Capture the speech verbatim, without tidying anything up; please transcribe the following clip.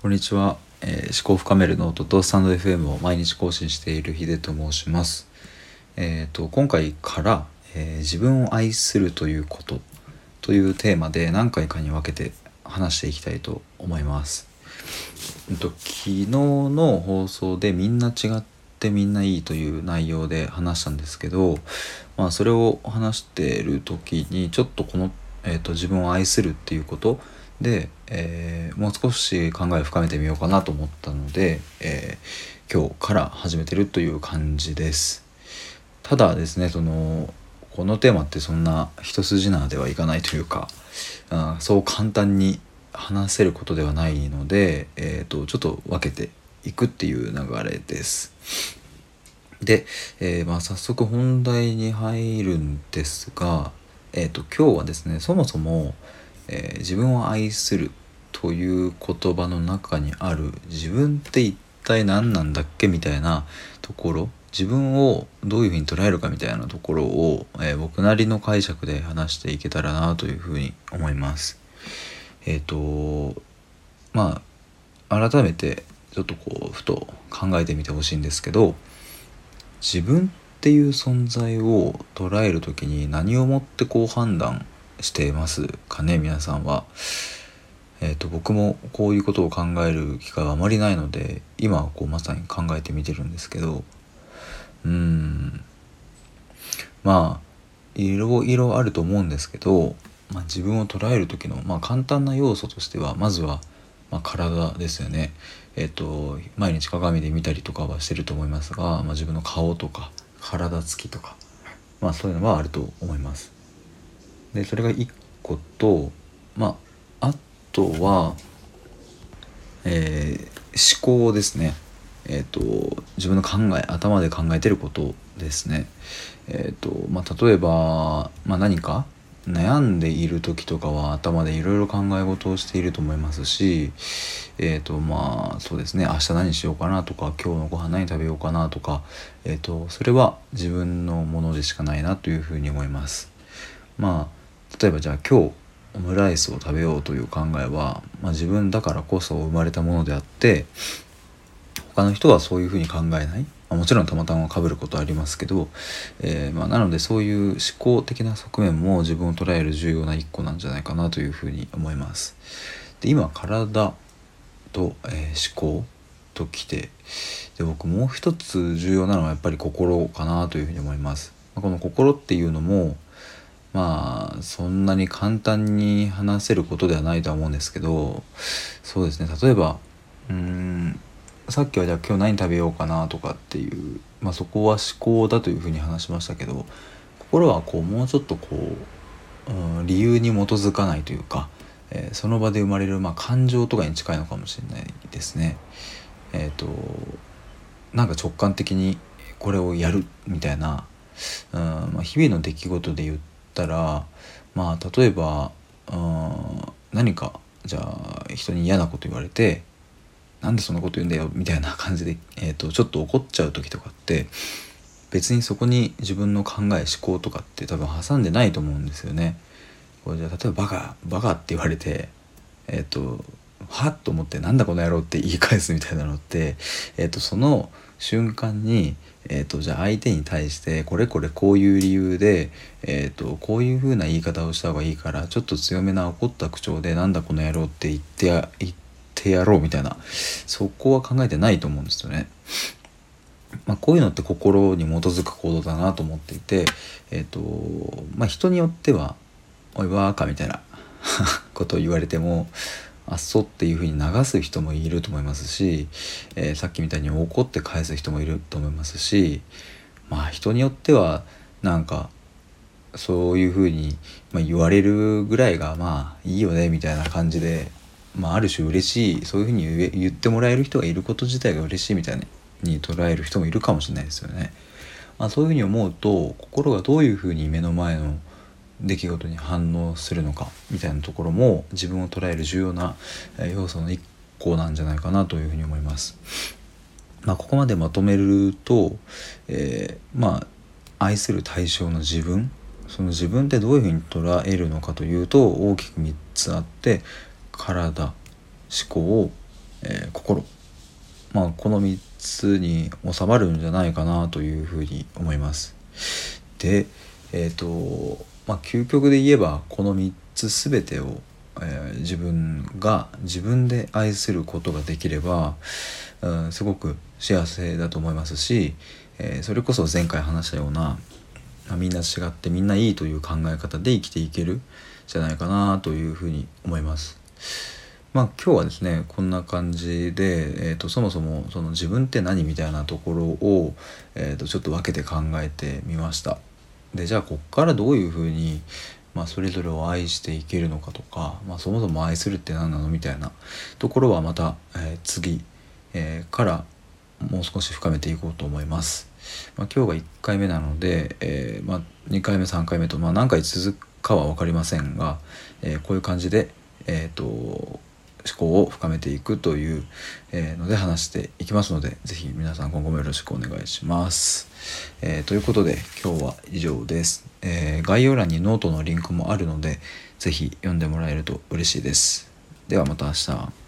こんにちは、えー、思考深めるノートとスタンド エフエム を毎日更新しているヒデと申します。えー、と今回から、えー、自分を愛するということというテーマで何回かに分けて話していきたいと思います。えー、と昨日の放送でみんな違ってみんないいという内容で話したんですけど、まあ、それを話している時にちょっとこの、えー、と自分を愛するっていうことで、えー、もう少し考えを深めてみようかなと思ったので、えー、今日から始めてるという感じです。ただですね、そのこのテーマってそんな一筋縄ではいかないというか、あそう簡単に話せることではないので、えー、とちょっと分けていくっていう流れです。で、えーまあ、早速本題に入るんですが、えー、と今日はですね、そもそも、えー自分を愛するという言葉の中にある自分って一体何なんだっけみたいなところ、自分をどういうふうに捉えるかみたいなところを、えー僕なりの解釈で話していけたらなというふうに思います。えっ、とまあ改めてちょっとこうふと考えてみてほしいんですけど、自分っていう存在を捉えるときに何をもってこう判断していますかね、皆さんは。えー、と僕もこういうことを考える機会はあまりないので、今はこうまさに考えてみてるんですけど、うーんまあいろいろあると思うんですけど、まあ、自分を捉える時の、まあ、簡単な要素としてはまずは、まあ、体ですよね。えっ、と毎日鏡で見たりとかはしてると思いますが、まあ、自分の顔とか体つきとか、まあ、そういうのはあると思います。でそれが一個と、まああとは、えー思考ですね。えっ、と自分の考え、頭で考えてることですね。えっ、とまあ例えば、まあ、何か悩んでいる時とかは頭でいろいろ考え事をしていると思いますし、えっ、とまあそうですね、明日何しようかなとか、今日のご飯何食べようかなとか、えっ、とそれは自分のものでしかないなというふうに思います。まあ例えばじゃあ今日オムライスを食べようという考えは、まあ、自分だからこそ生まれたものであって、他の人はそういうふうに考えない、まあ、もちろんたまたま被ることはありますけど、えーまあ、なのでそういう思考的な側面も自分を捉える重要な一個なんじゃないかなというふうに思います。で今体と、えー思考ときて、で僕もう一つ重要なのはやっぱり心かなというふうに思います。まあこの心っていうのもまあそんなに簡単に話せることではないとは思うんですけど、そうですね、例えばうーんさっきはじゃあ今日何食べようかなとかっていう、まあ、そこは思考だというふうに話しましたけど、心はこうもうちょっとこう、うん、理由に基づかないというか、えーその場で生まれる、まあ、感情とかに近いのかもしれないですね。えっ、となんか直感的にこれをやるみたいな、うんまあ、日々の出来事で言ったら、まあ例えば、うん、何かじゃあ人に嫌なこと言われて、なんでそんなこと言うんだよみたいな感じで、えー、とちょっと怒っちゃう時とかって、別にそこに自分の考え思考とかって多分挟んでないと思うんですよね。これじゃあ例えばバカバカって言われて、えっ、とはっと思ってなんだこの野郎って言い返すみたいなのって、えっ、とその瞬間に、えっ、とじゃあ相手に対してこれこれこういう理由で、えっ、とこういう風な言い方をした方がいいから、ちょっと強めな怒った口調でなんだこの野郎って言ってや言ってやろうみたいな、そこは考えてないと思うんですよね。まあ、こういうのって心に基づく行動だなと思っていて、えっ、とまあ人によってはおいバーカみたいなことを言われてもあっそっていう風に流す人もいると思いますし、えーさっきみたいに怒って返す人もいると思いますし、まあ人によってはなんかそういう風に、まあ、言われるぐらいがまあいいよねみたいな感じで、まあ、ある種嬉しい、そういう風に言え言ってもらえる人がいること自体が嬉しいみたいに捉える人もいるかもしれないですよね。まあ、そういう風に思うと、心がどういう風に目の前の出来事に反応するのかみたいなところも自分を捉える重要なえー要素の一個なんじゃないかなというふうに思います。まあ、ここまでまとめると、えーまあ愛する対象の自分、その自分ってどういうふうに捉えるのかというと大きくみっつあって、体、思考、 えー心、まあ、このみっつに収まるんじゃないかなというふうに思います。で、えっとまあ究極で言えばこのみっつ全てを、えー自分が自分で愛することができれば、うん、すごく幸せだと思いますし、えーそれこそ前回話したような、まあみんな違ってみんないいという考え方で生きていけるじゃないかなというふうに思います。まあ今日はですねこんな感じで、えーとそもそもその自分って何みたいなところを、えーとちょっと分けて考えてみました。でじゃあこっからどういうふうに、まあ、それぞれを愛していけるのかとか、まあ、そもそも愛するって何なのみたいなところはまた、えー次、えーからもう少し深めていこうと思います。まあ、今日がいっかいめなので、えーまあ、にかいめさんかいめと、まあ、何回続くかは分かりませんが、えーこういう感じで、えーと思考を深めていくという、えーので話していきますので、ぜひ皆さん今後もよろしくお願いします。えーということで今日は以上です。えー概要欄にノートのリンクもあるので、ぜひ読んでもらえると嬉しいです。ではまた明日。